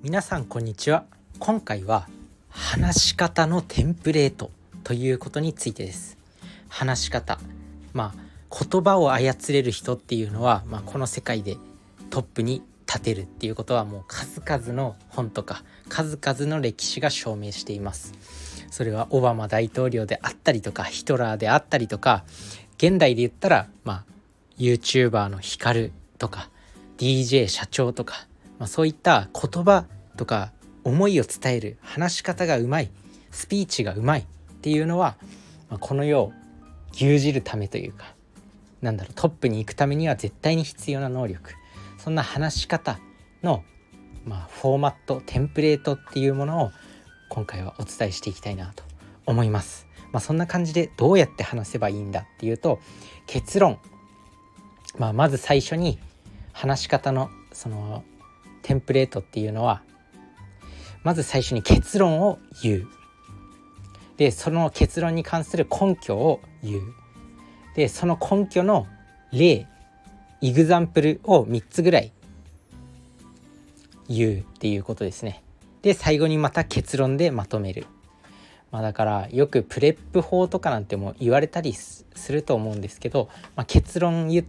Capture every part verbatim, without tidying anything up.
皆さんこんにちは。今回は話し方のテンプレートということについてです。話し方、まあ言葉を操れる人っていうのは、まあ、この世界でトップに立てるっていうことはもう数々の本とか数々の歴史が証明しています。それはオバマ大統領であったりとかヒトラーであったりとか、現代で言ったら、まあ、YouTuber のヒカルとか ディージェー 社長とか、まあ、そういった言葉とか思いを伝える話し方がうまい、スピーチがうまいっていうのは、まあ、この世を牛耳るためというか、なんだろう、トップに行くためには絶対に必要な能力、そんな話し方の、まあ、フォーマット、テンプレートっていうものを今回はお伝えしていきたいなと思います。まあ、そんな感じでどうやって話せばいいんだっていうと、結論、まあ、まず最初に話し方のそのテンプレートっていうのは、まず最初に結論を言う。で、その結論に関する根拠を言う。で、その根拠の例、イグザンプルをみっつぐらい言うっていうことですね。で、最後にまた結論でまとめる。まあ、だからよくプレップ法とかなんても言われたりすると思うんですけど、まあ、結論言って、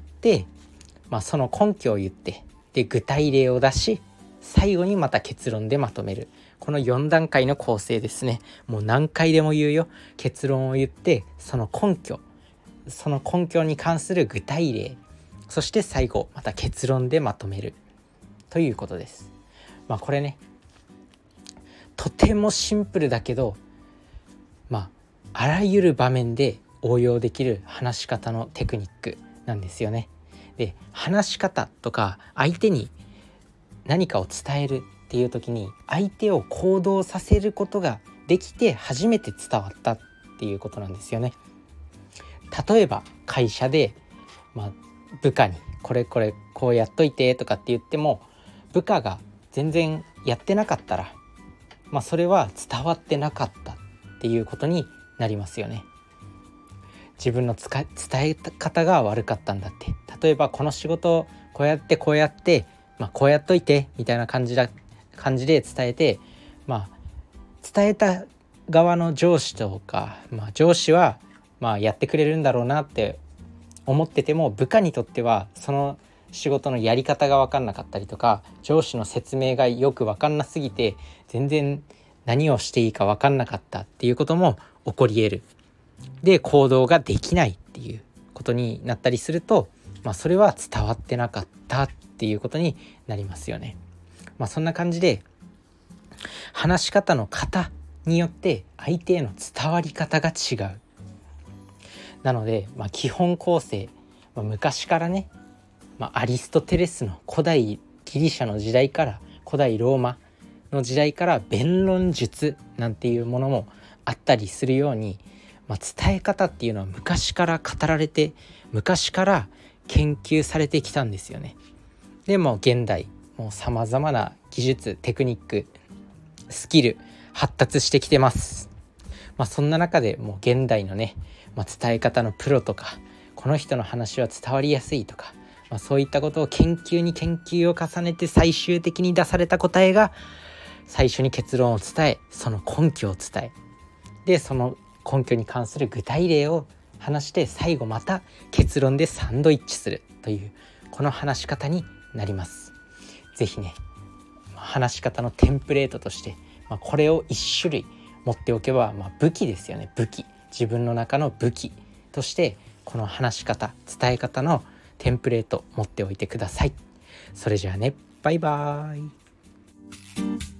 まあ、その根拠を言って、で具体例を出し、最後にまた結論でまとめる。このよん段階の構成ですね。もう何回でも言うよ。結論を言って、その根拠、その根拠に関する具体例、そして最後また結論でまとめるということです。まあこれね、とてもシンプルだけど、まああらゆる場面で応用できる話し方のテクニックなんですよね。で、話し方とか相手に何かを伝えるっていう時に、相手を行動させることができて初めて伝わったっていうことなんですよね。例えば会社で、まあ、部下にこれこれこうやっといてとかって言っても、部下が全然やってなかったら、まあ、それは伝わってなかったっていうことになりますよね。自分のつか伝え方が悪かったんだって。例えばこの仕事こうやってこうやって、まあ、こうやっといてみたいな感じだ感じで伝えて、まあ、伝えた側の上司とか、まあ、上司はまあやってくれるんだろうなって思ってても、部下にとってはその仕事のやり方が分かんなかったりとか、上司の説明がよく分かんなすぎて全然何をしていいか分かんなかったっていうことも起こり得る。で、行動ができないっていうことになったりすると、まあ、それは伝わってなかったっていうことになりますよね。まあ、そんな感じで話し方の型によって相手への伝わり方が違う。なので、まあ、基本構成、まあ、昔からね、まあ、アリストテレスの古代ギリシャの時代から古代ローマの時代から弁論術なんていうものもあったりするように、まあ、伝え方っていうのは昔から語られて、昔から研究されてきたんですよね。でも現代もうさまざまな技術、テクニック、スキル発達してきてます。まあ、そんな中でもう現代のね、まあ、伝え方のプロとか、この人の話は伝わりやすいとか、まあ、そういったことを研究に研究を重ねて最終的に出された答えが、最初に結論を伝え、その根拠を伝え、でその根拠に関する具体例を話して、最後また結論でサンドイッチするという、この話し方になります。ぜひね、話し方のテンプレートとして、まあ、これを一種類持っておけば、まあ、武器ですよね。武器、自分の中の武器としてこの話し方、伝え方のテンプレート持っておいてください。それじゃあね、バイバーイ。